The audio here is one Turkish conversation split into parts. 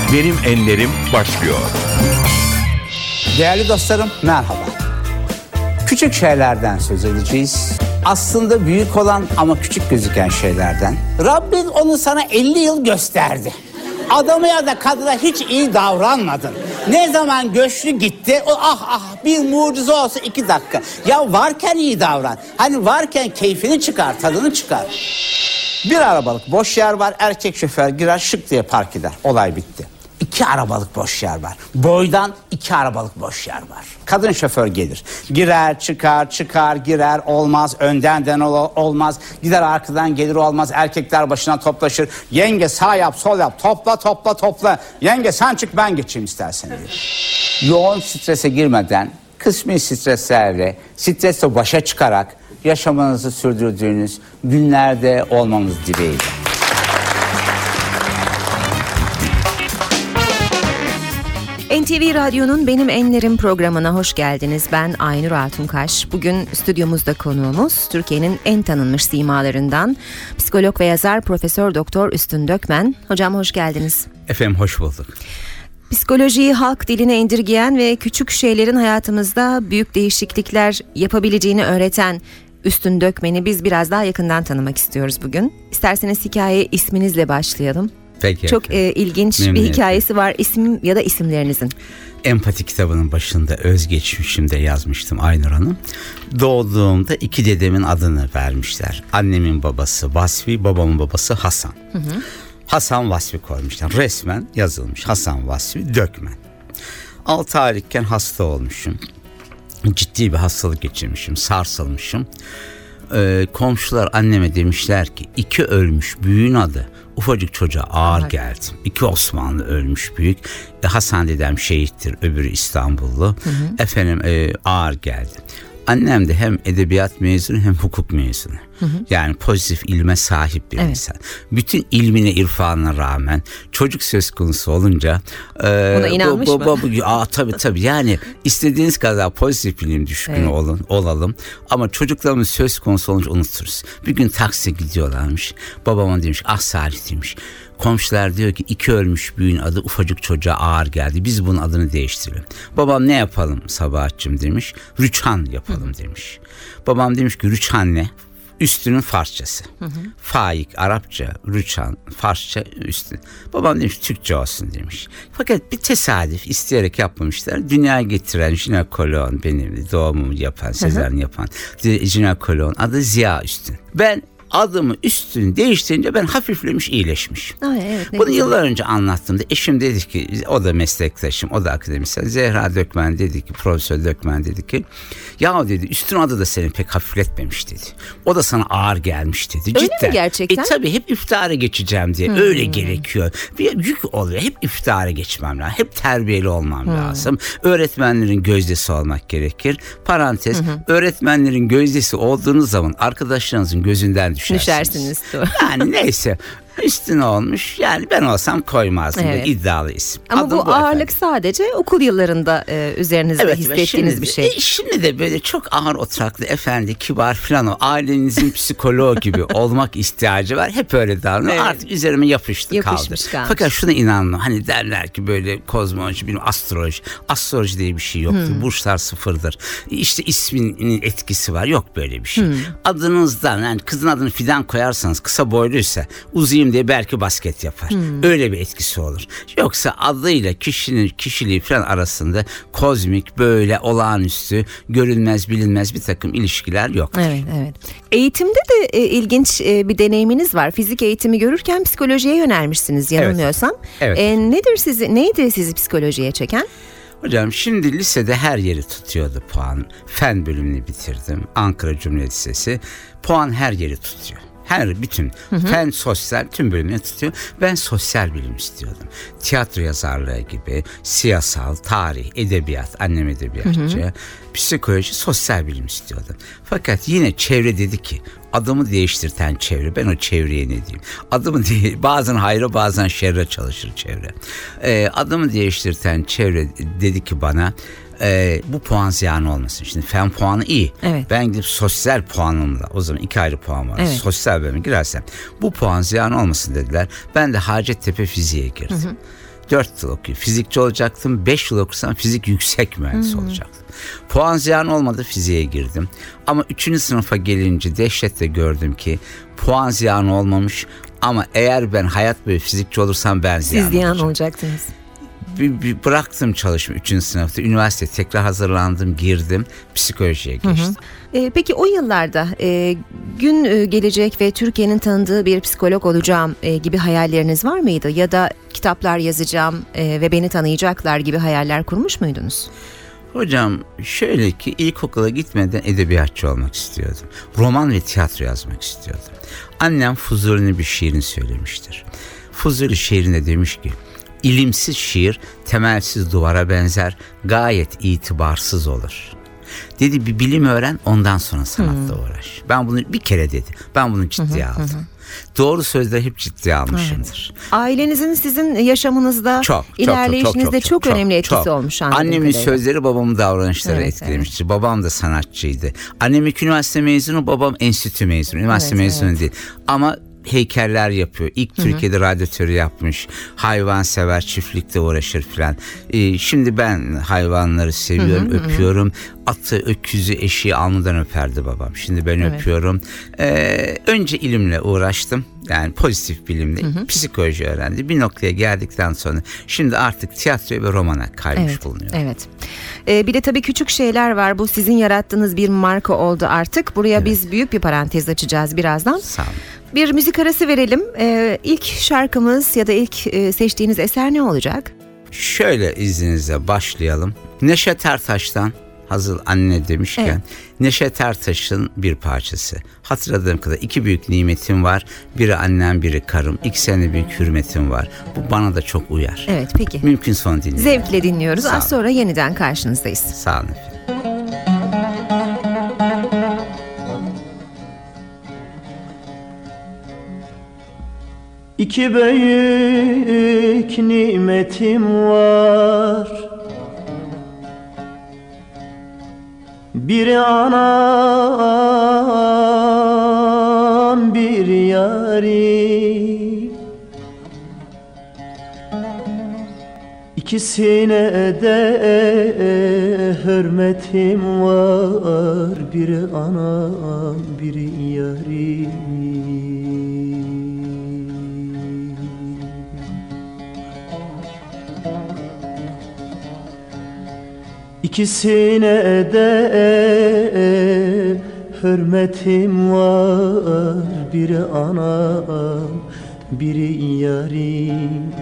Benim Enlerim başlıyor. Değerli dostlarım, merhaba. Küçük şeylerden söz edeceğiz. Aslında büyük olan ama küçük gözüken şeylerden. Rabbin onu sana 50 yıl gösterdi. Adama ya da kadına hiç iyi davranmadın. Ne zaman göçlü gitti, bir mucize olsa 2 dakika. Ya varken iyi davran. Hani varken keyfini çıkar, tadını çıkar. Bir arabalık boş yer var, erkek şoför girer şık diye park eder. Olay bitti. 2 arabalık boş yer var. Boydan 2 arabalık boş yer var. Kadın şoför gelir. Girer, çıkar, girer, olmaz. Önden olmaz. Gider arkadan gelir, olmaz. Erkekler başına toplaşır. Yenge sağ yap, sol yap. Topla. Yenge sen çık, ben geçeyim istersen diyor. Yoğun strese girmeden, kısmi streslerle, stresle başa çıkarak yaşamınızı sürdürdüğünüz günlerde olmanız dileğiyle. NTV Radyo'nun Benim Enlerim programına hoş geldiniz. Ben Aynur Altunkaş. Bugün stüdyomuzda konuğumuz Türkiye'nin en tanınmış simalarından psikolog ve yazar Profesör Doktor Üstün Dökmen. Hocam hoş geldiniz. Efendim hoş bulduk. Psikolojiyi halk diline indirgeyen ve küçük şeylerin hayatımızda büyük değişiklikler yapabileceğini öğreten Üstün Dökmen'i biz biraz daha yakından tanımak istiyoruz bugün. İsterseniz hikaye isminizle başlayalım. Peki. Çok ilginç bir hikayesi var, isim ya da isimlerinizin. Empati kitabının başında özgeçmişimde yazmıştım Aynur Hanım. Doğduğumda 2 dedemin adını vermişler. Annemin babası Vasfi, babamın babası Hasan. Hasan Vasfi koymuşlar. Resmen yazılmış Hasan Vasfi Dökmen. 6 aylıkken hasta olmuşum. Ciddi bir hastalık geçirmişim, sarsılmışım. Komşular anneme demişler ki 2 ölmüş büyüğün adı ufacık çocuğa ağır geldi. 2 Osmanlı ölmüş büyük. Hasan dedem şehittir, öbürü İstanbullu. Ağır geldi. Annem de hem edebiyat mezunu hem hukuk mezunu. Yani pozitif ilme sahip bir insan. Bütün ilmine, irfanına rağmen çocuk söz konusu olunca buna inanmış mı? Tabii yani istediğiniz kadar pozitif ilim düşkünü olalım ama çocuklarımız söz konusu olunca unuturuz. Bir gün taksiye gidiyorlarmış. Babama demiş, Salih demiş. Komşular diyor ki 2 ölmüş büyüğün adı ufacık çocuğa ağır geldi. Biz bunun adını değiştirelim. Babam ne yapalım Sabahatçım demiş. Rüçhan yapalım demiş. Babam demiş ki Rüçhan ne? Üstünün Farsçası. Faik Arapça, Rüçhan Farsça üstün. Babam demiş Türkçe olsun demiş. Fakat bir tesadüf, isteyerek yapmamışlar. Dünyaya getiren jinekoloğun, benim doğumumu yapan, sezaryen yapan jinekoloğun adı Ziya Üstün. Ben adımı Üstün değiştirince ben hafiflemiş, iyileşmiş. Bunu yıllar önce anlattığımda eşim dedi ki, o da meslektaşım, o da akademisyen, Zehra Dökmen dedi ki, Profesör Dökmen dedi ki, ya dedi Üstün adı da seni pek hafifletmemiş dedi. O da sana ağır gelmiş dedi. Öyle mi gerçekten? Tabii hep iftara geçeceğim diye öyle gerekiyor. Bir yük oluyor. Hep iftara geçmem lazım. Hep terbiyeli olmam lazım. Öğretmenlerin gözdesi olmak gerekir. Parantez, öğretmenlerin gözdesi olduğunuz zaman arkadaşlarınızın gözünden düşersiniz. Yani neyse. Üstün olmuş. Yani ben olsam koymazdım. İddialı isim. Ama adım bu ağırlık sadece okul yıllarında üzerinizde hissettiğiniz bir şey. Şimdi de böyle çok ağır oturaklı, efendi, kibar falan o ailenizin psikoloğu gibi olmak ihtiyacı var. Hep öyle davranıyor. Artık üzerime yapışmış kaldı. Fakat şuna inanmam. Hani derler ki böyle kozmoloji, bilmem astroloji diye bir şey yoktur. Burçlar sıfırdır. İşte isminin etkisi var. Yok böyle bir şey. Adınızdan, yani kızın adını Fidan koyarsanız kısa boyluysa uzayım diye belki basket yapar. Öyle bir etkisi olur. Yoksa adıyla kişiliği falan arasında kozmik, böyle olağanüstü, görülmez, bilinmez bir takım ilişkiler yoktur. Evet. Eğitimde de ilginç bir deneyiminiz var. Fizik eğitimi görürken psikolojiye yönelmişsiniz yanılmıyorsam. Neydi sizi psikolojiye çeken? Hocam şimdi lisede her yeri tutuyordu puan. Fen bölümünü bitirdim. Ankara Cumhuriyet Lisesi. Puan her yeri tutuyor. Bütün fen, sosyal tüm bölümleri tutuyor. Ben sosyal bilim istiyordum. Tiyatro yazarlığı gibi, siyasal, tarih, edebiyat, annem edebiyatçı, psikoloji, sosyal bilim istiyordum. Fakat yine çevre dedi ki, adımı değiştirten çevre, ben o çevreye ne diyeyim? Adımı bazen hayra bazen şerre çalışır çevre. Adımı değiştirten çevre dedi ki bana, bu puan ziyan olmasın. Şimdi fen puanı iyi. Ben gidip sosyal puanımla, o zaman 2 ayrı puan var. Sosyal bölüme girersem bu puan ziyan olmasın dediler. Ben de Hacettepe Fiziğe girdim. 4 yıl okuyup fizikçi olacaktım. 5 yıl okursam fizik yüksek mühendisi olacaktım. Puan ziyan olmadı, fiziğe girdim. Ama 3. sınıfa gelince dehşetle gördüm ki puan ziyan olmamış. Ama eğer ben hayat boyu fizikçi olursam ben ziyan olacağım. Siz ziyan olacaktınız. Bıraktım çalışma 3. sınıfta. Üniversite tekrar hazırlandım, girdim. Psikolojiye geçtim. Peki o yıllarda gün gelecek ve Türkiye'nin tanıdığı bir psikolog olacağım gibi hayalleriniz var mıydı? Ya da kitaplar yazacağım ve beni tanıyacaklar gibi hayaller kurmuş muydunuz? Hocam şöyle ki ilkokula gitmeden edebiyatçı olmak istiyordum. Roman ve tiyatro yazmak istiyordum. Annem Fuzuli'nin bir şiirini söylemiştir. Fuzuli şiirinde demiş ki, İlimsiz şiir temelsiz duvara benzer, gayet itibarsız olur. Dedi bir bilim öğren, ondan sonra sanatla uğraş. Ben bunu bir kere dedi. Ben bunu ciddiye aldım. Doğru sözleri hep ciddiye almışımdır. Evet. Ailenizin sizin yaşamınızda, ilerleyişinizde çok önemli etkisi olmuş. Annemin sözleri babamın davranışları etkilemiştir. Evet. Babam da sanatçıydı. Annem ilk üniversite mezunu, babam enstitü mezunu. Üniversite mezunu değil. Ama heykeller yapıyor. İlk Türkiye'de radyatörü yapmış. Hayvan sever, çiftlikte uğraşır filan. Şimdi ben hayvanları seviyorum, öpüyorum. Atı, öküzü, eşeği alnından öperdi babam. Şimdi ben öpüyorum. Önce ilimle uğraştım. Yani pozitif bilimle psikoloji öğrendi. Bir noktaya geldikten sonra şimdi artık tiyatroya ve romana kaymış bulunuyorum. Evet. Bir de tabii küçük şeyler var. Bu sizin yarattığınız bir marka oldu artık. Buraya biz büyük bir parantez açacağız birazdan. Sağ olun. Bir müzik arası verelim. İlk şarkımız ya da ilk seçtiğiniz eser ne olacak? Şöyle izninizle başlayalım. Neşet Ertaş'tan, hazır anne demişken, Neşet Ertaş'ın bir parçası. Hatırladığım kadar 2 büyük nimetim var. Biri annem, biri karım. İkisine büyük hürmetim var. Bu bana da çok uyar. Evet, peki. Mümkün son dinleyelim. Zevkle dinliyoruz. Az sonra yeniden karşınızdayız. Sağ olun efendim. İki büyük nimetim var. Biri anam, bir yarim. İkisine de hürmetim var. Biri anam, biri yarim. İkisine de hürmetim var. Biri anam, biri yarim.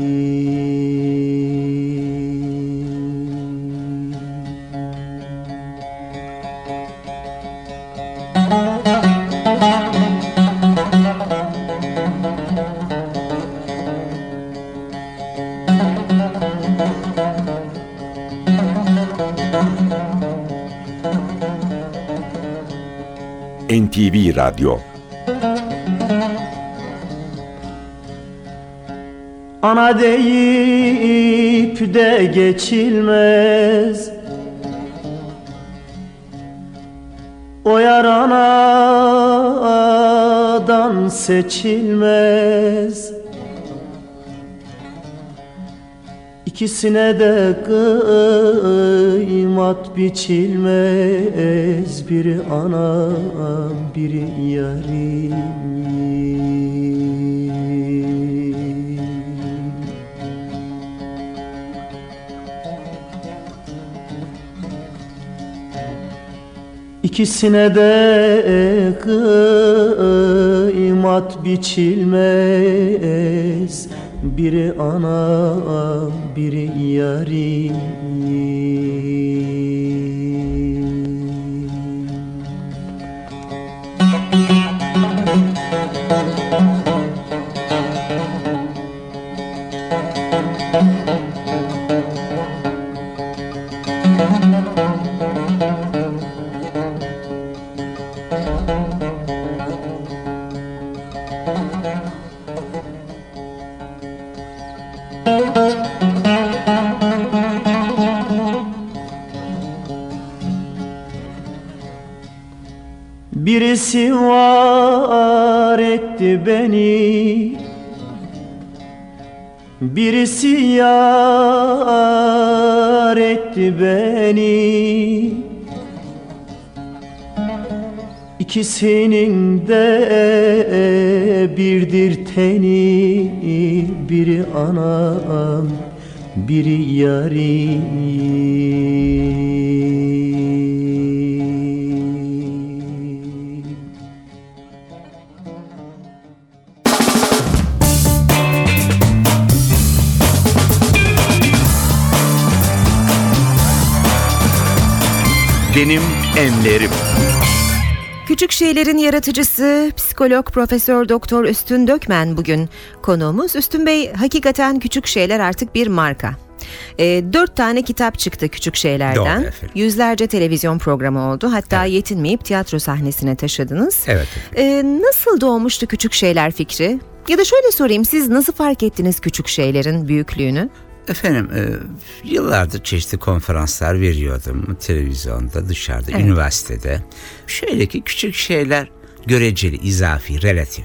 NTV Radyo. Ana deyip de geçilmez, o yar anadan seçilmez. İkisine de kıymat biçilmez. Biri anam, biri yarim. İkisine de kıymat biçilmez. Biri anam, biri yarim. Birisi birisi var etti beni, birisi yar etti beni. İkisinin de birdir teni, biri anam, biri yarim. Benim enlerim. Küçük şeylerin yaratıcısı psikolog Profesör Doktor Üstün Dökmen bugün konuğumuz. Üstün Bey, hakikaten küçük şeyler artık bir marka. 4 tane kitap çıktı küçük şeylerden. Doğru efendim. Yüzlerce televizyon programı oldu. Hatta yetinmeyip tiyatro sahnesine taşıdınız. Evet. Nasıl doğmuştu küçük şeyler fikri? Ya da şöyle sorayım, siz nasıl fark ettiniz küçük şeylerin büyüklüğünü? Efendim yıllardır çeşitli konferanslar veriyordum. Televizyonda, dışarıda, üniversitede. Şöyle ki küçük şeyler göreceli, izafi, relatif.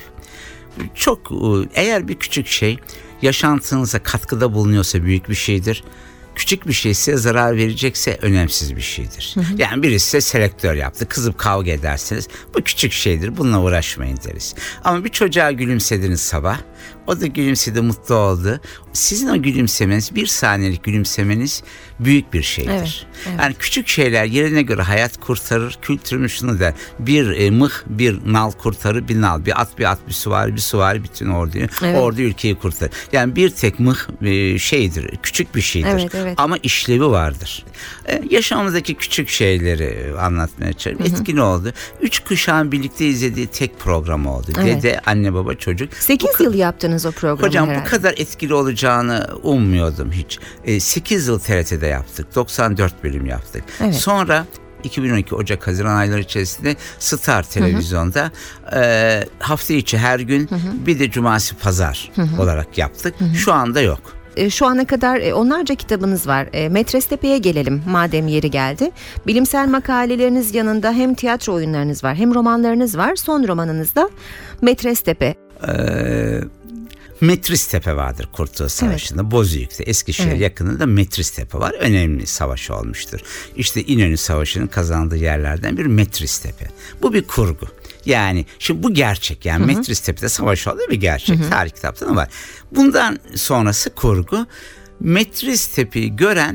Çok eğer bir küçük şey yaşantınıza katkıda bulunuyorsa büyük bir şeydir. Küçük bir şey size zarar verecekse önemsiz bir şeydir. Yani birisi size selektör yaptı, kızıp kavga ederseniz bu küçük şeydir, bununla uğraşmayın deriz. Ama bir çocuğa gülümsediniz sabah, o da gülümsedi, mutlu oldu. Sizin o gülümsemeniz, bir saniyelik gülümsemeniz büyük bir şeydir. Evet. Yani küçük şeyler yerine göre hayat kurtarır. Kültürümüz şunu der: bir mıh bir nal kurtarır, bir nal, bir at bir süvari bütün orduyu. Evet. Ordu ülkeyi kurtarır. Yani bir tek mıh şeydir, küçük bir şeydir. Evet. Ama işlevi vardır. Yaşamımızdaki küçük şeyleri anlatmaya çalışıyorum. Etkili oldu. 3 kuşağın birlikte izlediği tek program oldu. Evet. Dede, anne, baba, çocuk. 8 yıl yaptınız o programı Hocam herhalde. bu kadar etkili olacağını ummuyordum hiç. 8 yıl TRT'de yaptık. 94 bölüm yaptık. Evet. Sonra 2012 Ocak-Haziran ayları içerisinde Star Televizyon'da hafta içi her gün bir de cumartesi pazar olarak yaptık. Şu anda yok. Şu ana kadar onlarca kitabınız var. Metrestepe'ye gelelim madem yeri geldi. Bilimsel makaleleriniz yanında hem tiyatro oyunlarınız var, hem romanlarınız var. Son romanınız da Metrestepe. Metristepe vardır Kurtuluş Savaşı'nda. Bozüyük'te, Eskişehir yakınında Metristepe var. Önemli savaş olmuştur. İşte İnönü Savaşı'nın kazandığı yerlerden bir Metristepe. Bu bir kurgu. Yani şimdi bu gerçek, yani Metristepe'de savaş olduğu bir gerçek. Tarih kitaplarında var. Bundan sonrası kurgu. Metristepe'yi gören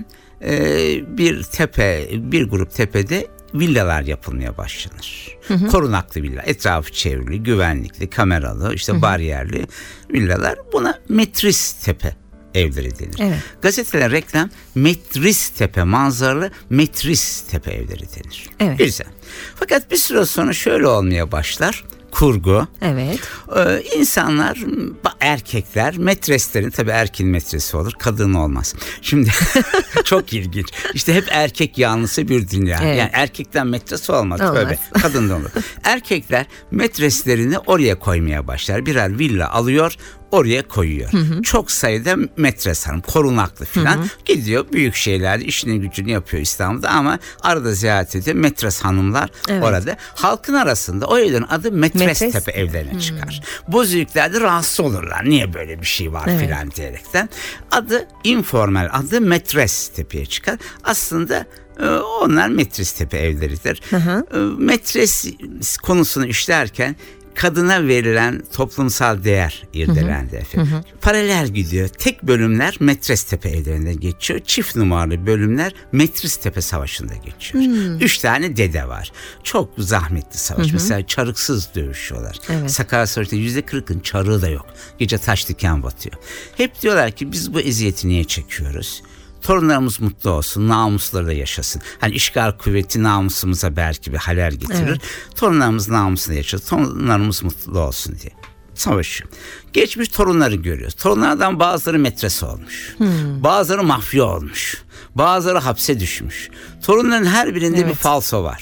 bir grup tepede villalar yapılmaya başlanır. Korunaklı villa, etrafı çevrili, güvenlikli, kameralı, işte bariyerli villalar. Buna Metristepe evleri denir. Evet. Gazeteler reklam Metristepe manzaralı Metristepe evleri denir. Evet. Güzel. Fakat bir süre sonra şöyle olmaya başlar. Kurgu. Evet. İnsanlar, erkekler, metreslerin, tabii erkeğin metresi olur, kadın olmaz. Şimdi çok ilginç. İşte hep erkek yanlısı bir dünya. Evet. Yani erkekten metresi olmaz. Olmaz. Tövbe. Kadın da olur. Erkekler metreslerini oraya koymaya başlar. Birer villa alıyor, oraya koyuyor. Çok sayıda metres hanım, korunaklı filan gidiyor, büyük şeylerde işini gücünü yapıyor İstanbul'da, ama arada ziyaret ediyor metres hanımlar orada. Halkın arasında o evlerin adı Metrestepe evlerine çıkar. Bozüyüklerde rahatsız olurlar. Niye böyle bir şey var filan diyerekten. Adı, informal adı Metrestepe'ye çıkar. Aslında onlar Metristepe evleridir. Metres konusunu işlerken kadına verilen toplumsal değer irdelendi efendim. Paralel gidiyor. Tek bölümler Metrestepe evlerinden geçiyor. Çift numaralı bölümler Metristepe Savaşı'nda geçiyor. 3 tane dede var. Çok zahmetli savaş. Mesela çarıksız dövüşüyorlar. Evet. Sakarya Savaşı'nda %40'ın çarığı da yok. Gece taş diken batıyor. Hep diyorlar ki biz bu eziyeti niye çekiyoruz? Torunlarımız mutlu olsun, namusları da yaşasın. Hani işgal kuvveti namusumuza belki bir halel getirir. Evet. Torunlarımız namusunda yaşasın, torunlarımız mutlu olsun diye savaşıyor. Geçmiş torunları görüyoruz. Torunlardan bazıları metres olmuş. Bazıları mafya olmuş. Bazıları hapse düşmüş. Torunların her birinde bir falso var.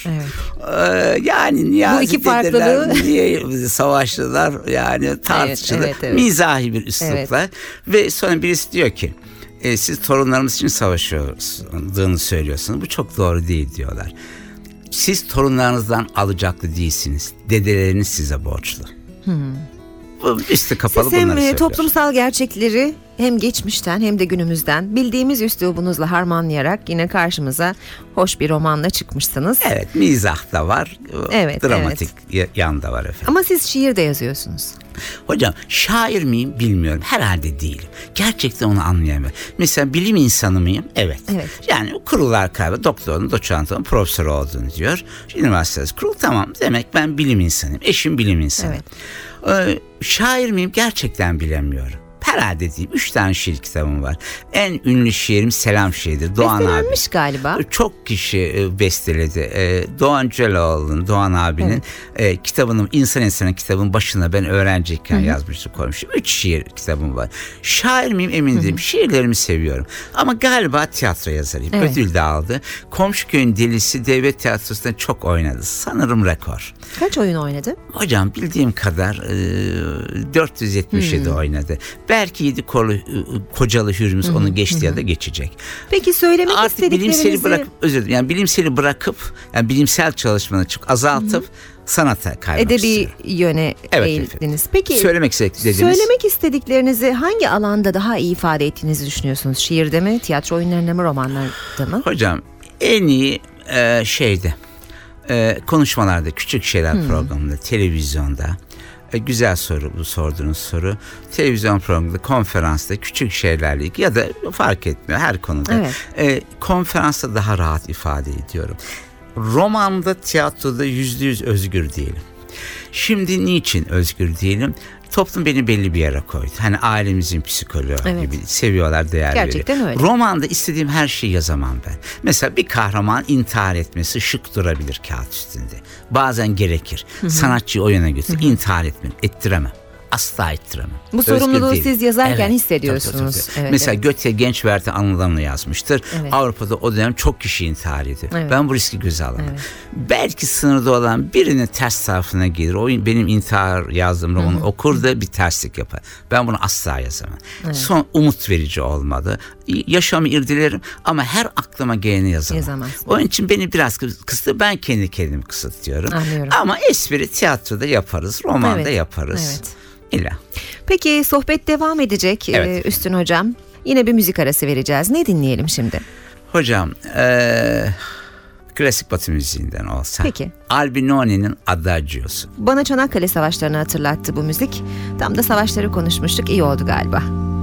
Yani Niyazi bu iki dedeler farklılığı niye savaştılar, yani tartışılır. evet. Mizahi bir üslupla. Ve sonra birisi diyor ki siz torunlarımız için savaşıyorsunuz söylüyorsunuz. Bu çok doğru değil diyorlar. Siz torunlarınızdan alacaklı değilsiniz. Dedeleriniz size borçlu. Üstü kapalı Siz hem bunları söylüyor. toplumsal gerçekleri hem geçmişten hem de günümüzden bildiğimiz üslubunuzla harmanlayarak yine karşımıza hoş bir romanla çıkmışsınız. Evet, mizah da var, Evet, dramatik yan da var efendim. Ama siz şiir de yazıyorsunuz. Hocam şair miyim bilmiyorum. Herhalde değilim. Gerçekten onu anlayamıyorum. Mesela bilim insanı mıyım? Evet. Evet. Yani kurullar kaybı doktorun, doçentinin, profesör olduğunu diyor. Üniversitesi kurul, tamam. Demek ben bilim insanıyım. Eşim bilim insanı. Evet. Şair miyim? Gerçekten bilemiyorum. Herhalde diyeyim. 3 tane şiir kitabım var. En ünlü şiirim Selam şiiridir. Doğan abi. Bestelenmiş galiba. Çok kişi besteledi. Doğan Celaoğlu'nun, Doğan abinin kitabının, İnsan kitabının başına ben öğrenciyken yazmıştım, koymuşum. 3 şiir kitabım var. Şair miyim emin değilim. Şiirlerimi seviyorum. Ama galiba tiyatro yazarıyım. Evet. Ödül de aldı. Komşuköy'ün Delisi Devlet Tiyatrosu'nda çok oynadı. Sanırım rekor. Kaç oyun oynadı? Hocam bildiğim kadar 477 oynadı. Belki 7 Kocalı Hürmüz onu geçti ya da geçecek. Peki söylemek Artık istediklerinizi... bilimseli bırakıp, yani bilimsel çalışmanı çok azaltıp sanata kaymak Edebi istiyorum. yöne Evet, eğildiniz. Peki Söylemek istediniz. söylemek istediklerinizi hangi alanda daha iyi ifade ettiğinizi düşünüyorsunuz? Şiirde mi, tiyatro oyunlarında mı, romanlarda mı? Hocam en iyi konuşmalarda, küçük şeyler programında, televizyonda. Güzel soru bu sorduğunuz soru. Televizyon programında, konferansta, küçük şeylerle ya da fark etmiyor her konuda. Evet. Konferansta daha rahat ifade ediyorum. Romanda, tiyatroda %100 özgür değilim. Şimdi niçin özgür değilim? Toplum beni belli bir yere koydu. Hani ailemizin psikoloğu gibi seviyorlar, değer veriyor. Gerçekten öyle. Romanda istediğim her şeyi yazamam ben. Mesela bir kahraman intihar etmesi şık durabilir kağıt üstünde. Bazen gerekir. Sanatçıyı o yöne götür. İntihar ettiremem. Asla ettiremem. Bu Özgür sorumluluğu değilim. siz yazarken Evet, hissediyorsunuz. tabii. Evet, Mesela evet. Göte Genç Verte anılarını yazmıştır. Evet. Avrupa'da o dönem çok kişi intihar ediyor. Evet. Ben bu riski göze alamam. Evet. Belki sınırda olan birinin ters tarafına gelir. O benim intihar yazdığım romanı okur da bir terslik yapar. Ben bunu asla yazamam. Son umut verici olmalı. Yaşamı irdelerim ama her aklıma geleni yazamam. Yazamazsın. Onun için beni biraz kısıtlı. Ben kendi kendimi kısıtlıyorum. Anlıyorum. Ama espri tiyatroda yaparız. Romanda Evet. yaparız. Evet. İlla. Peki sohbet devam edecek Evet. Üstün Hocam. Yine bir müzik arası vereceğiz. Ne dinleyelim şimdi? Hocam klasik Batı müziğinden olsa. Peki. Albinoni'nin Adagio'su. Bana Çanakkale Savaşları'nı hatırlattı bu müzik. Tam da savaşları konuşmuştuk. İyi oldu galiba.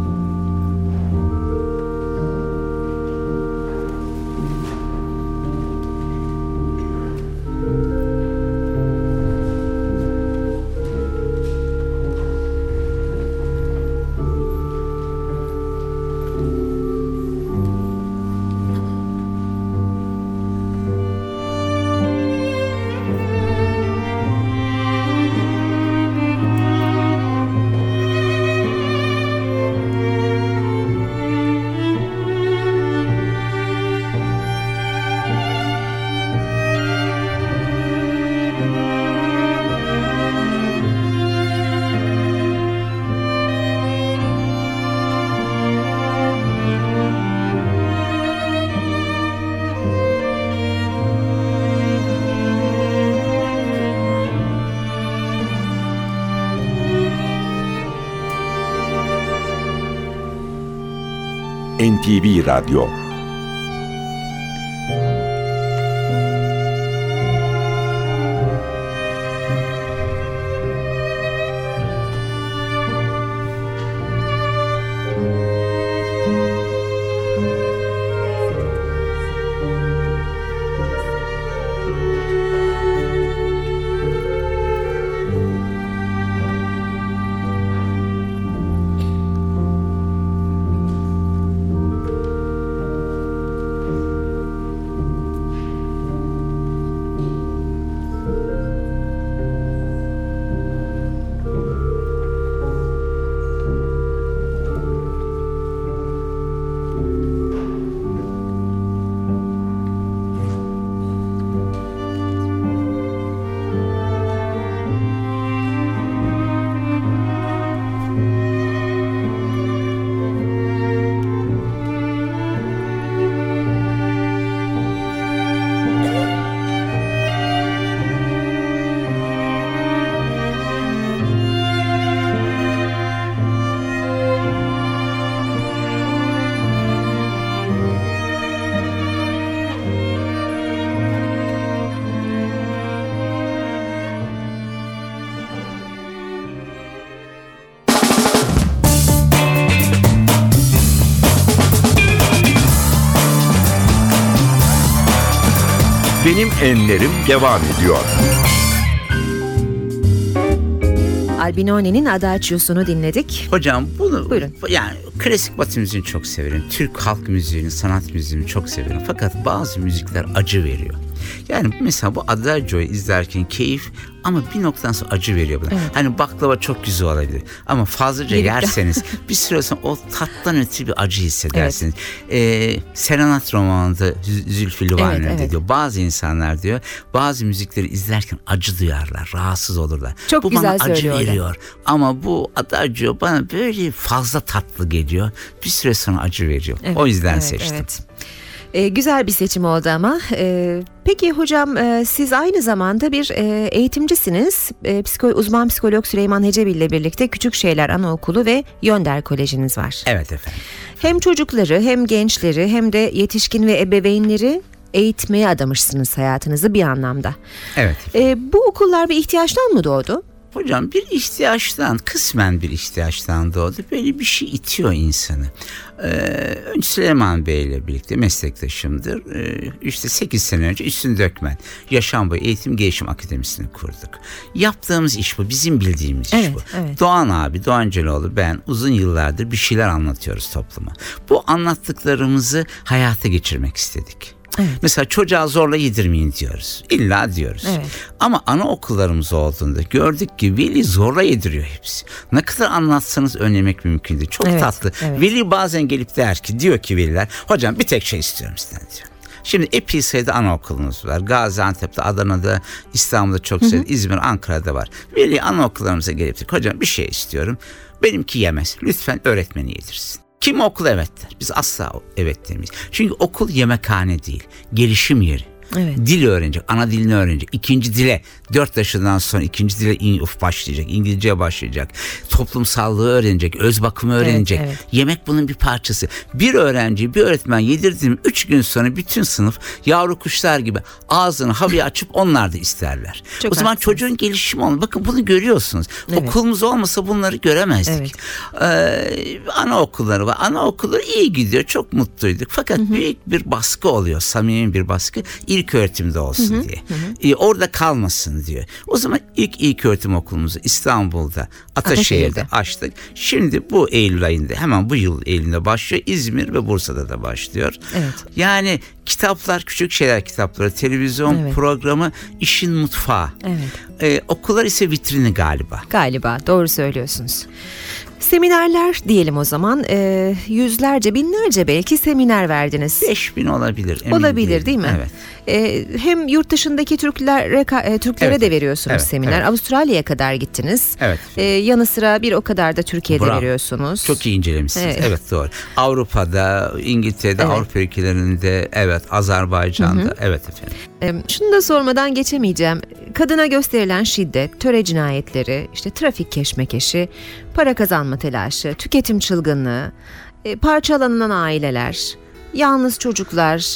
NTV Radyo. Benim Enlerim devam ediyor. Albinone'nin Adagios'unu dinledik. Hocam bunu Buyurun. yani klasik Batı müziğini çok severim. Türk halk müziğini, sanat müziğini çok severim. Fakat bazı müzikler acı veriyor. Yani mesela bu Adagio'yu izlerken keyif ama bir noktadan sonra acı veriyor buna. Evet. Hani baklava çok güzel olabilir ama fazlaca yerseniz bir süre sonra o tattan ötürü bir acı hissedersiniz. Evet. Serenat romanında Zülfü Livaneli diyor. Bazı insanlar diyor bazı müzikleri izlerken acı duyarlar, rahatsız olurlar. Çok bu güzel bana acı söylüyor. veriyor. Ama bu Adagio bana böyle fazla tatlı geliyor. Bir süre sonra acı veriyor. Evet, o yüzden seçtim. Evet. Güzel bir seçim oldu ama. Peki hocam siz aynı zamanda bir eğitimcisiniz. Uzman psikolog Süleyman Hecebi ile birlikte Küçük Şeyler Anaokulu ve Yönder Kolejiniz var. Evet efendim. Hem çocukları hem gençleri hem de yetişkin ve ebeveynleri eğitmeye adamışsınız hayatınızı bir anlamda. Evet. Bu okullar bir ihtiyaçtan mı doğdu? Hocam bir ihtiyaçtan, kısmen bir ihtiyaçtan doğdu. Böyle bir şey itiyor insanı. Önce Süleyman Bey ile birlikte meslektaşımdır. İşte 8 sene önce Üstün Dökmen Yaşam Boyu Eğitim Gelişim Akademisi'ni kurduk. Yaptığımız iş bu. Bizim bildiğimiz iş bu. Evet. Doğan abi, Doğan Celoğlu, ben uzun yıllardır bir şeyler anlatıyoruz topluma. Bu anlattıklarımızı hayata geçirmek istedik. Evet. Mesela çocuğa zorla yedirmeyin diyoruz. İlla diyoruz. Evet. Ama anaokullarımız olduğunda gördük ki veli zorla yediriyor hepsi. Ne kadar anlatsanız önlemek mümkün değil. Çok tatlı. Evet. Veli bazen gelip der ki, diyor ki veliler, hocam bir tek şey istiyorum sizden diyor. Şimdi epey sayıda anaokulumuz var. Gaziantep'te, Adana'da, İstanbul'da çok sayıda, İzmir, Ankara'da var. Veli anaokullarımıza gelip diyor, hocam bir şey istiyorum. Benimki yemez. Lütfen öğretmeni yedirsin. Kim okul evet der. Biz asla evet demeyiz. Çünkü okul yemekhane değil. Gelişim yeri. Evet. Dil öğrenecek, ana dilini öğrenecek. İkinci dile 4 yaşından sonra ikinci dile başlayacak. İngilizceye başlayacak. Toplumsallığı öğrenecek, öz bakımı öğrenecek. Evet, evet. Yemek bunun bir parçası. Bir öğrenciyi bir öğretmen yedirdiğim 3 gün sonra bütün sınıf yavru kuşlar gibi ağzını havaya açıp onlar da isterler. Çok o zaman haklısınız. Çocuğun gelişimi olmalı. Bakın bunu görüyorsunuz. Evet. Okulumuz olmasa bunları göremezdik. Evet. Anaokulları var. Anaokulları iyi gidiyor. Çok mutluyduk. Fakat büyük bir baskı oluyor. Samimi bir baskı. İlk öğretimde olsun diye. Orada kalmasın diyor. O zaman ilk öğretim okulumuzu İstanbul'da, Ataşehir'de açtık. Şimdi bu Eylül ayında, hemen bu yıl Eylül'de başlıyor. İzmir ve Bursa'da da başlıyor. Evet. Yani kitaplar, Küçük Şeyler kitapları, televizyon programı işin mutfağı. Evet. Okullar ise vitrini galiba. Galiba doğru söylüyorsunuz. Seminerler diyelim o zaman. Yüzlerce, binlerce belki seminer verdiniz. 5000 olabilir. Olabilir değil mi? Evet. Hem yurt dışındaki Türklere de veriyorsunuz seminer. Evet. Avustralya'ya kadar gittiniz. Evet. Yanı sıra bir o kadar da Türkiye'de veriyorsunuz. Çok iyi incelemişsiniz. Evet doğru. Avrupa'da, İngiltere'de, Avrupa ülkelerinde, Azerbaycan'da. Evet efendim. Şunu da sormadan geçemeyeceğim. Kadına gösterilen şiddet, töre cinayetleri, işte trafik keşmekeşi, para kazanma telaşı, tüketim çılgınlığı, parçalanan aileler, yalnız çocuklar.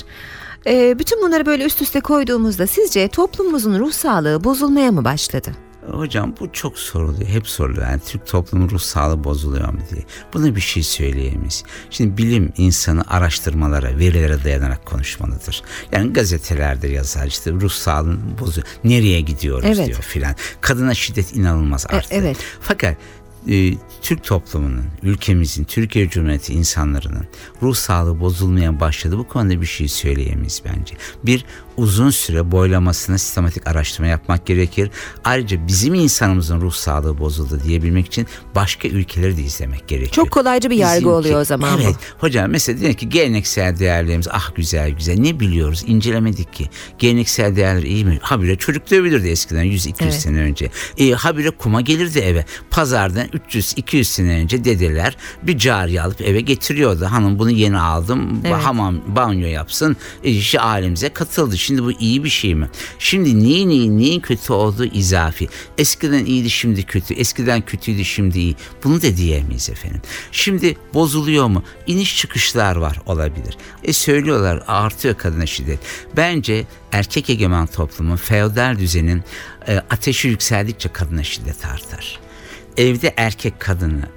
Bütün bunları böyle üst üste koyduğumuzda sizce toplumumuzun ruh sağlığı bozulmaya mı başladı? Hocam bu çok soruluyor. Hep soruluyor. Yani Türk toplumunun ruh sağlığı bozuluyor mu diye. Buna bir şey söyleyemeyiz. Şimdi bilim insanı araştırmalara, verilere dayanarak konuşmalıdır. Yani gazetelerde yazar işte ruh sağlığını bozuyor. Nereye gidiyoruz diyor filan. Kadına şiddet inanılmaz arttı. Evet. Fakat Türk toplumunun, ülkemizin, Türkiye Cumhuriyeti insanların ruh sağlığı bozulmaya başladı. Bu konuda bir şey söyleyemeyiz bence. Bir, uzun süre boylamasına sistematik araştırma yapmak gerekir. Ayrıca bizim insanımızın ruh sağlığı bozuldu diyebilmek için başka ülkeleri de izlemek gerekiyor. Çok kolaycı bir yargı oluyor o zaman. Evet. Hocam mesela diyelim ki geleneksel değerlerimiz güzel. Ne biliyoruz? İncelemedik ki. Geleneksel değerler iyi mi? Habire çocuk dövülürdü eskiden 100-200 sene önce. Habire kuma gelirdi eve. Pazardan 300-200 sene önce dedeler bir cariye alıp eve getiriyordu. Hanım bunu yeni aldım. Hamam, banyo yapsın. İşte ailemize katıldı. Şimdi bu iyi bir şey mi? Şimdi neyin kötü olduğu izafi. Eskiden iyiydi şimdi kötü. Eskiden kötüydü şimdi iyi. Bunu da diyemeyiz efendim. Şimdi bozuluyor mu? İniş çıkışlar var, olabilir. Söylüyorlar artıyor kadına şiddet. Bence erkek egemen toplumun, feodal düzenin ateşi yükseldikçe kadına şiddet artar. Evde erkek kadını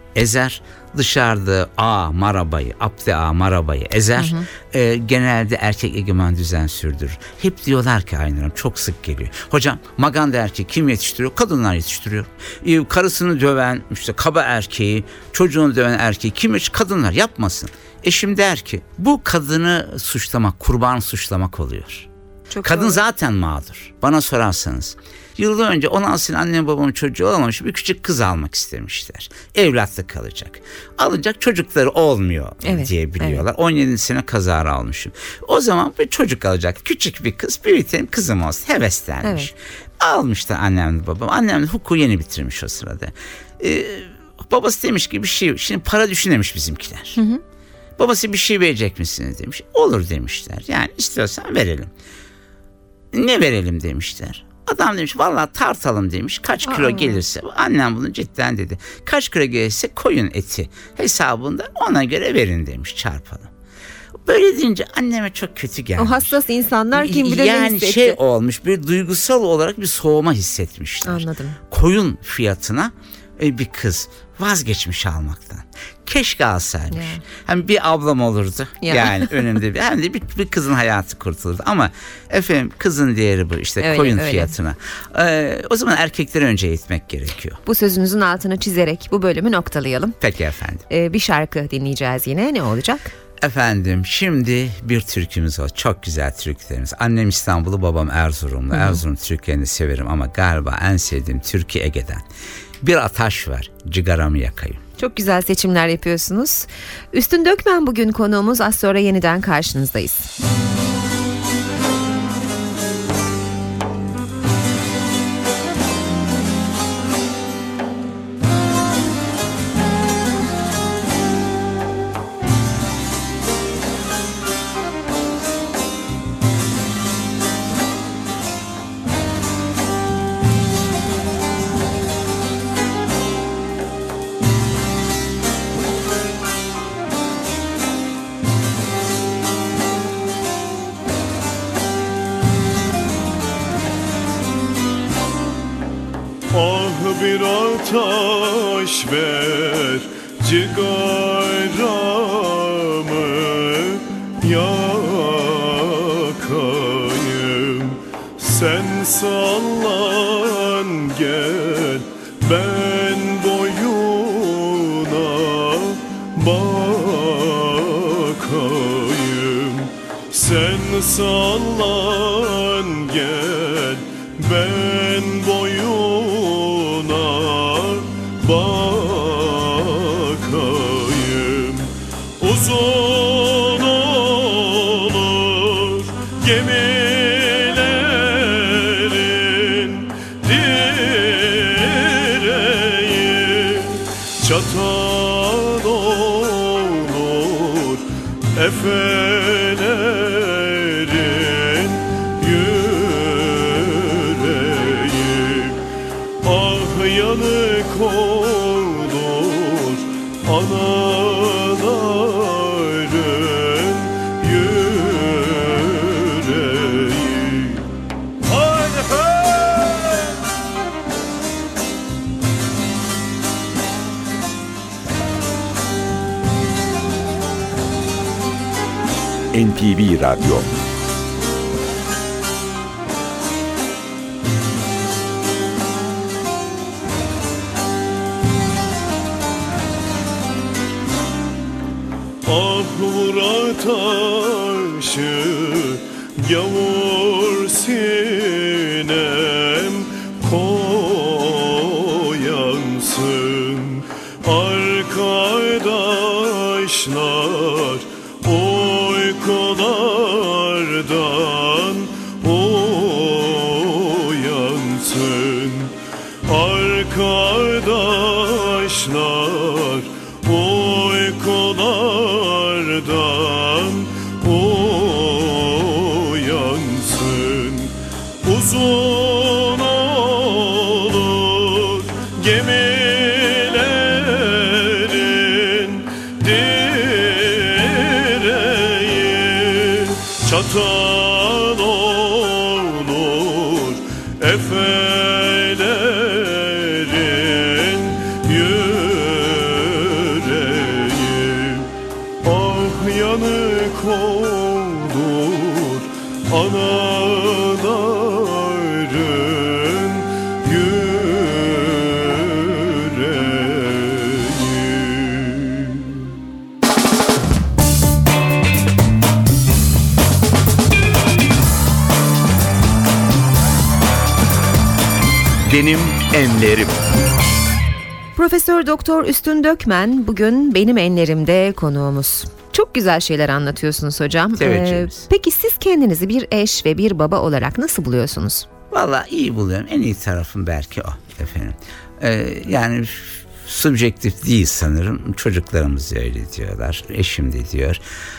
ezer. Dışarıda marabayı, abde marabayı ezer. Genelde erkek egemen düzen sürdürür. Hep diyorlar ki Aynur Hanım, çok sık geliyor. Hocam maganda erkeği kim yetiştiriyor? Kadınlar yetiştiriyor. Karısını döven, işte kaba erkeği, çocuğunu döven erkeği kim yetiştiriyor? Kadınlar yapmasın. Eşim der ki bu kadını suçlamak, kurban suçlamak oluyor. Çok Kadın doğru. zaten mağdur. Bana sorarsanız. Yıllar önce 16 sene annem babamın çocuğu olamamış, bir küçük kız almak istemişler. Evlatlık kalacak. Alacak, çocukları olmuyor diye biliyorlar. Evet. 17 sene kazara almışım. O zaman bir çocuk alacak. Küçük bir kız, büyütelim kızım olsun. Heveslenmiş. Evet. Almışlar annemle babam. Annem de hukuku yeni bitirmiş o sırada. Babası demiş ki bir şey, şimdi para düşünemiş bizimkiler. Babası bir şey verecek misiniz demiş. Olur demişler. Yani istiyorsan verelim. Ne verelim demişler. Adam demiş vallahi tartalım demiş. Kaç kilo gelirse. Annem bunu cidden dedi. Kaç kilo gelirse koyun eti hesabında ona göre verin demiş, çarpalım. Böyle deyince anneme çok kötü gelmiş. O hassas insanlar kim bilir ne hissetti. Yani şey olmuş, bir duygusal olarak bir soğuma hissetmişler. Anladım. Koyun fiyatına bir kız vazgeçmiş almaktan. Keşke alsaymış. Yani. Hem bir ablam olurdu. Yani önümde hem de bir kızın hayatı kurtulurdu. Ama efendim kızın değeri bu işte, öyle, koyun fiyatına. O zaman erkekleri önce eğitmek gerekiyor. Bu sözünüzün altını çizerek bu bölümü noktalayalım. Peki efendim. Bir şarkı dinleyeceğiz yine. Ne olacak? Efendim şimdi bir türkümüz var. Çok güzel türkülerimiz. Annem İstanbul'u, babam Erzurumlu. Erzurum türkülerini severim ama galiba en sevdiğim türkü Ege'den. Bir ataş var, cigaramı yakayım. Çok güzel seçimler yapıyorsunuz. Üstün Dökmen bugün konuğumuz. Az sonra yeniden karşınızdayız. Bir ateş ver, cigaramı yakayım. Sen sallan gel, ben boyuna bakayım. Sen sallan gel, ben boyuna bakayım. Uzun olur gemilerin direği, çatan olur efelerin yüreği. Ah yanık olur anaların yüreği. Haydi hey! NTV Radyo. Ah vur ataşı gavur sinem koyansın. Arkadaşlar uykulardan uyansın. Arkadaşlar uykulardan uyansın. Uzun olur gemilerin direği, çatan olur efelerin yüreği. Benim enlerim. Profesör Doktor Üstün Dökmen bugün benim enlerimde konuğumuz. Çok güzel şeyler anlatıyorsunuz hocam. Peki siz kendinizi bir eş ve bir baba olarak nasıl buluyorsunuz? Vallahi iyi buluyorum. En iyi tarafım belki o efendim. Yani subjektif değil sanırım. Çocuklarımız öyle diyorlar. Eşim de diyor.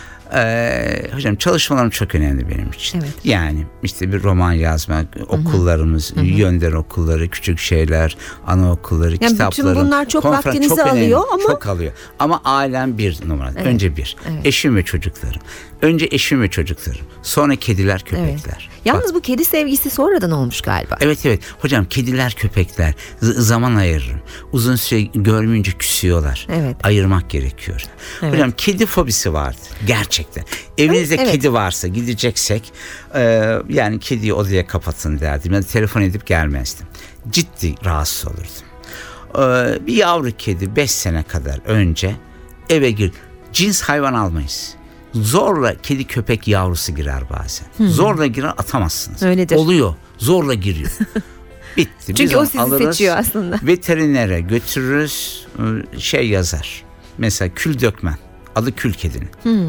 Hocam çalışmalarım çok önemli benim için. Evet. Yani işte bir roman yazmak, okullarımız, yönder okulları, küçük şeyler, anaokulları, yani kitaplarım. Bütün bunlar çok vaktinizi çok önemli, alıyor ama. Çok alıyor. Ama ailem bir numara. Evet. Önce bir. Evet. Eşim ve çocuklarım. Önce eşim ve çocuklarım. Sonra kediler, köpekler. Evet. Yalnız bu kedi sevgisi sonradan olmuş galiba. Evet. Hocam kediler, köpekler zaman ayırırım. Uzun süre görmeyince küsüyorlar. Evet. Ayırmak gerekiyor. Evet. Hocam kedi fobisi vardı. Gerçekten. Evinizde kedi varsa gideceksek yani kediyi odaya kapatın derdim. Yani telefon edip gelmezdim. Ciddi rahatsız olurdum. Bir yavru kedi 5 sene kadar önce eve gir. Cins hayvan almayız. Zorla kedi köpek yavrusu girer bazen. Zorla girer, atamazsınız. Öyledir. Oluyor. Zorla giriyor. Bitti. Çünkü o sizi seçiyor aslında. Veterinere götürürüz. Yazar. Mesela Kül Dökmen. Adı Kül kedinin.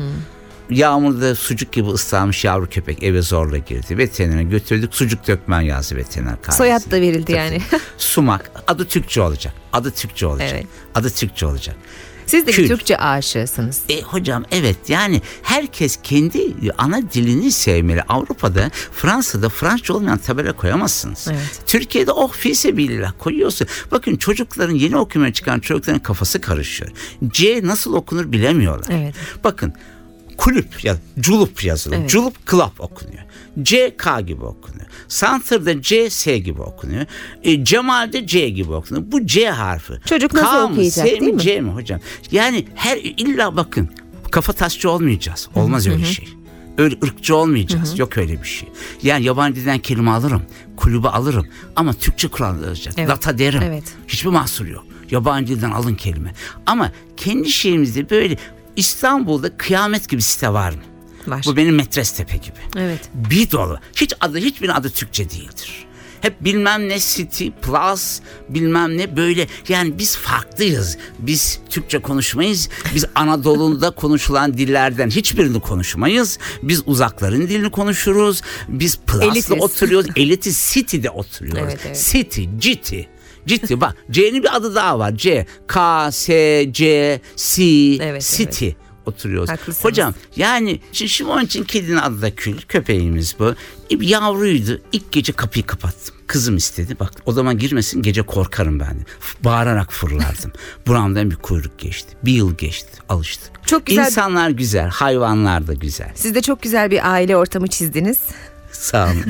Yağmurda sucuk gibi ıslanmış yavru köpek eve zorla girdi. Veterinere götürdük. Sucuk Dökmen yazdı veteriner kardeşine. Soyad da verildi yani. Sumak. Adı Türkçe olacak. Evet. Adı Türkçe olacak. Siz de bir Kül. Türkçe aşığısınız. Hocam evet, yani herkes kendi ana dilini sevmeli. Avrupa'da, Fransa'da Fransızca olmayan tabela koyamazsınız. Evet. Türkiye'de fisebillah koyuyorsun. Bakın çocukların, yeni okumaya çıkan çocukların kafası karışıyor. C nasıl okunur bilemiyorlar. Evet. Bakın kulüp ya culup yazılır. Evet. Culup club okunuyor. C K gibi okunuyor. Santr'da C S gibi okunuyor. Cemal'de C gibi okunuyor. Bu C harfi. Çocuk nasıl K mı, okuyacak, S mi, değil mi? C mi hocam? Yani illa bakın, kafa tasçı olmayacağız. Olmaz öyle şey. Öyle ırkçı olmayacağız. Yok öyle bir şey. Yani yabancı dilden kelime alırım. Kulübü alırım. Ama Türkçe kurallayacak. Evet. Data derim. Evet. Hiçbir mahsur yok. Yabancı dilden alın kelime. Ama kendi şeyimizde böyle İstanbul'da kıyamet gibi site var mı? Var. Bu benim Metrestepe gibi. Evet. Bir dolu. Hiçbir adı Türkçe değildir. Hep bilmem ne City Plus, bilmem ne böyle. Yani biz farklıyız. Biz Türkçe konuşmayız. Biz Anadolu'da konuşulan dillerden hiçbirini konuşmayız. Biz uzakların dilini konuşuruz. Biz Plus'ta oturuyoruz. Elitiz, City'de oturuyoruz. Evet, evet. City, Ciddi bak, C'nin bir adı daha var. C, K, S, C, C, Evet, City. evet. Oturuyoruz. Haklısınız. Hocam yani şimdi onun için kedinin adı da Kül, köpeğimiz bu. Yavruydu. İlk gece kapıyı kapattım. Kızım istedi. Bak odama girmesin, gece korkarım ben de. Bağırarak fırlardım. Buramdan bir kuyruk geçti. Bir yıl geçti. Alıştık. Çok güzel. İnsanlar güzel, hayvanlar da güzel. Siz de çok güzel bir aile ortamı çizdiniz. Sağ olun.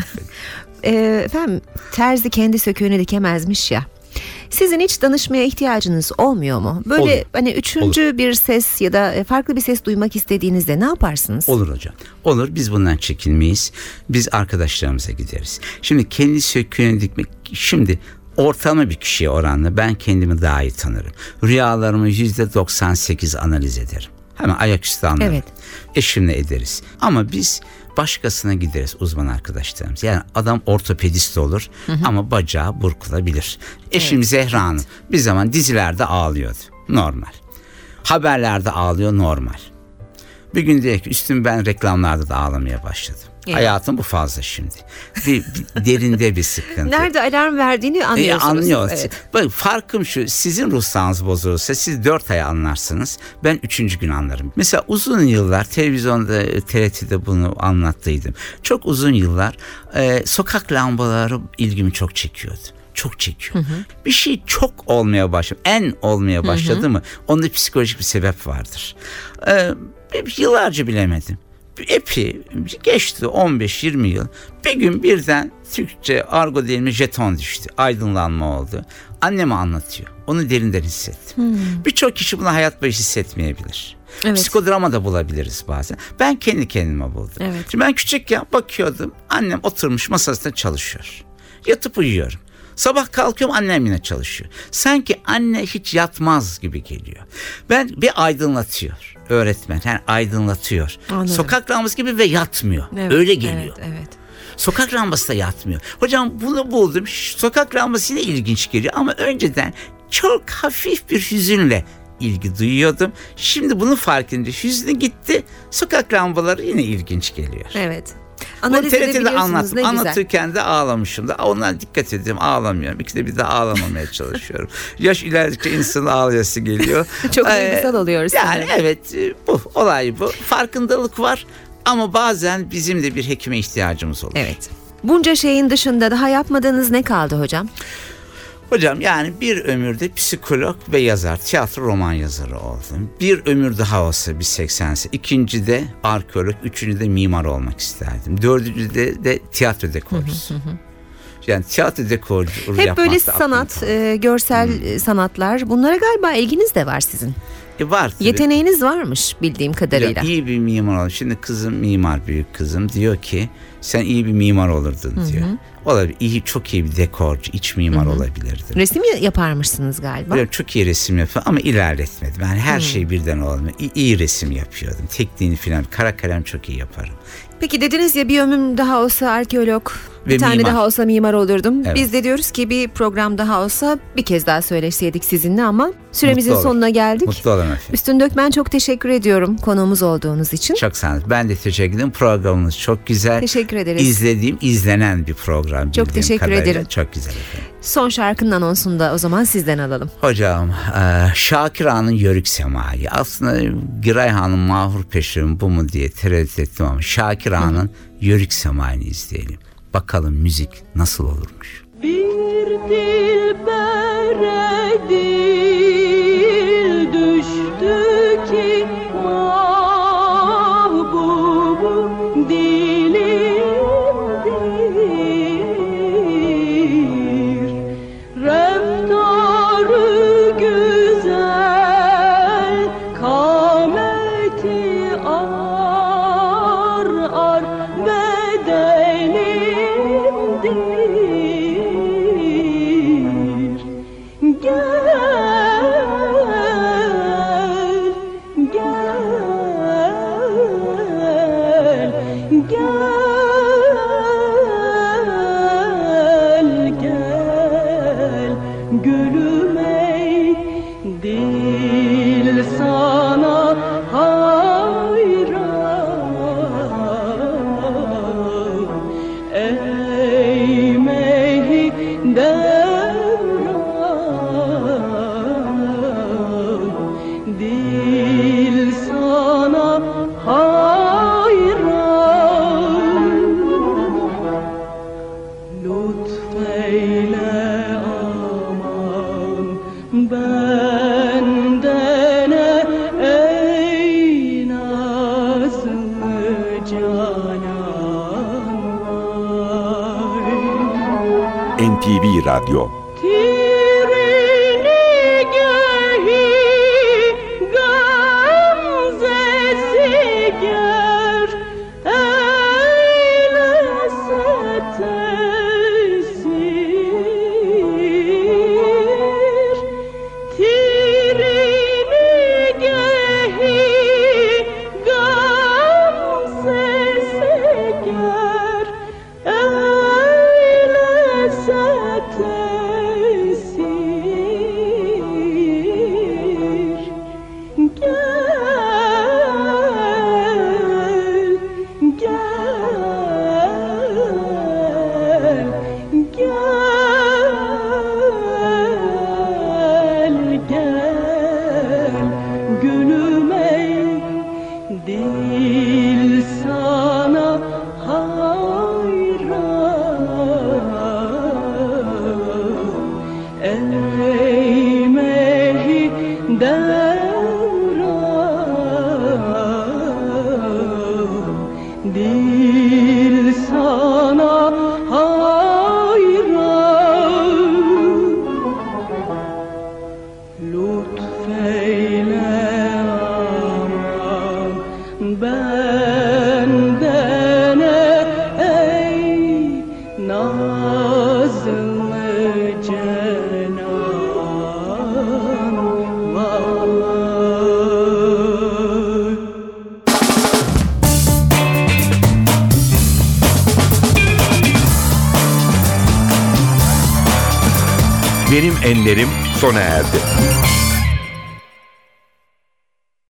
Efendim, terzi kendi söküğünü dikemezmiş ya. Sizin hiç danışmaya ihtiyacınız olmuyor mu? Böyle Olur. hani üçüncü bir ses ya da farklı bir ses duymak istediğinizde ne yaparsınız? Olur hocam. Olur, biz bundan çekinmeyiz. Biz arkadaşlarımıza gideriz. Şimdi kendi söküğünü dikmek, şimdi ortalama bir kişiye oranla ben kendimi daha iyi tanırım. Rüyalarımı %98 analiz ederim. Hemen ayaküstü anlarım. Evet. Eşimle ederiz. Ama biz başkasına gideriz, uzman arkadaşlarımız. Yani adam ortopedist olur ama bacağı burkulabilir. Eşim Zehra Hanım bir zaman dizilerde ağlıyordu. Normal. Haberlerde ağlıyor, normal. Bir gün diyor ki Üstün, ben reklamlarda da ağlamaya başladım. Evet. Hayatım bu fazla şimdi. Bir derinde bir sıkıntı. Nerede alarm verdiğini anlıyorsunuz. Anlıyoruz. Evet. Bak, farkım şu, sizin ruh sağlığınız bozulursa siz 4 ay anlarsınız. Ben 3. gün anlarım. Mesela uzun yıllar televizyonda, TRT'de bunu anlattıydım. Çok uzun yıllar sokak lambaları ilgimi çok çekiyordu. Çok çekiyor. Bir şey çok olmaya başladı. En olmaya başladı mı? Onda psikolojik bir sebep vardır. Yıllarca bilemedim. Epi geçti 15-20 yıl. Bir gün birden Türkçe argo dilime jeton düştü. Aydınlanma oldu. Anneme anlatıyor. Onu derinden hissettim. Birçok kişi bunu hayat boyu hissetmeyebilir. Evet. Psikodrama da bulabiliriz bazen. Ben kendi kendime buldum. Evet. Şimdi ben küçükken bakıyordum. Annem oturmuş masasında çalışıyor. Yatıp uyuyorum. Sabah kalkıyorum, annem yine çalışıyor. Sanki anne hiç yatmaz gibi geliyor. Ben bir aydınlatıyor öğretmen. Yani aydınlatıyor. Anladım. Sokak lambası gibi ve yatmıyor. Evet, Öyle geliyor. Evet. Sokak lambası da yatmıyor. Hocam bunu buldum. Sokak lambası yine ilginç geliyor ama önceden çok hafif bir hüzünle ilgi duyuyordum. Şimdi bunu fark edince hüznü gitti. Sokak lambaları yine ilginç geliyor. Evet. Bunu Analiz TRT'de edebiliyorsunuz, ne güzel. anlatırken de ağlamışım da. Ondan dikkat ediyorum, ağlamıyorum. İkide bir de ağlamamaya çalışıyorum. Yaş ilerledikçe insanın ağlayası geliyor. Çok duygusal oluyoruz. Yani evet, bu olay bu. Farkındalık var ama bazen bizim de bir hekime ihtiyacımız olur. Evet. Bunca şeyin dışında daha yapmadığınız ne kaldı hocam? Hocam yani bir ömürde psikolog ve yazar, tiyatro roman yazarı oldum. Bir ömür daha olsa bir 80'si. İkinci de arkeolog, üçüncü de mimar olmak isterdim. Dördüncü de tiyatro dekorcusu. Yani tiyatro dekorcu Hep böyle sanat, görsel sanatlar, bunlara galiba ilginiz de var sizin. Var tabii. Yeteneğiniz varmış bildiğim kadarıyla. Ya, iyi bir mimar ol. Şimdi kızım mimar, büyük kızım diyor ki sen iyi bir mimar olurdun diyor. Olabilir. İyi, çok iyi bir dekorcu, iç mimar olabilirdin. Resim yaparmışsınız galiba. Böyle çok iyi resim yapıyor ama ilerletmedim. Yani her şey birden olmuyor. İyi resim yapıyordum. Tekniğini falan, kara kalem çok iyi yaparım. Peki dediniz ya, bir ömrüm daha olsa arkeolog, bir Ve tane mimar. daha olsa mimar olurdum. Evet. Biz de diyoruz ki bir program daha olsa bir kez daha söyleşseydik sizinle ama süremizin Mutlu olur. sonuna geldik. Mutlu olun efendim. Üstün Dökmen, çok teşekkür ediyorum konuğumuz olduğunuz için. Çok sağ olun. Ben de teşekkür ederim. Programınız çok güzel. Teşekkür ederiz. İzlenen bir program. Çok bildiğim teşekkür kadarıyla. ederim. Çok güzel efendim. Son şarkının anonsunu da o zaman sizden alalım. Hocam, Şakir Ağa'nın Yörük Semai. Aslında Giray Hanım Mahur Peşrim bu mu diye tereddüt ettim ama Şakir Ağa'nın Yörük Semai'ni izleyelim. Bakalım müzik nasıl olurmuş. Bir dilbere dil düştü ki mahbubum dilimdir. Reftarı güzel, kameti ar ar bedenimdir. Gel, gel, gel, gel, gülüm ey, dil sana hayran. Ey meyhi devran, dil sana hayran. Lütfeyle aman benden, ey nazlı canan vay. NTV Radyo. Tirini gehi gamzesi ger, eylese tesir. Tirini gehi gamzesi ger, eylese tesir. Gel, gel, gel, gülüm ey, dil sana hayran. Ey meyhi devran, dil sana hayran. Lütfeyle aman benden, ey nazlı Benim Enlerim sona erdi.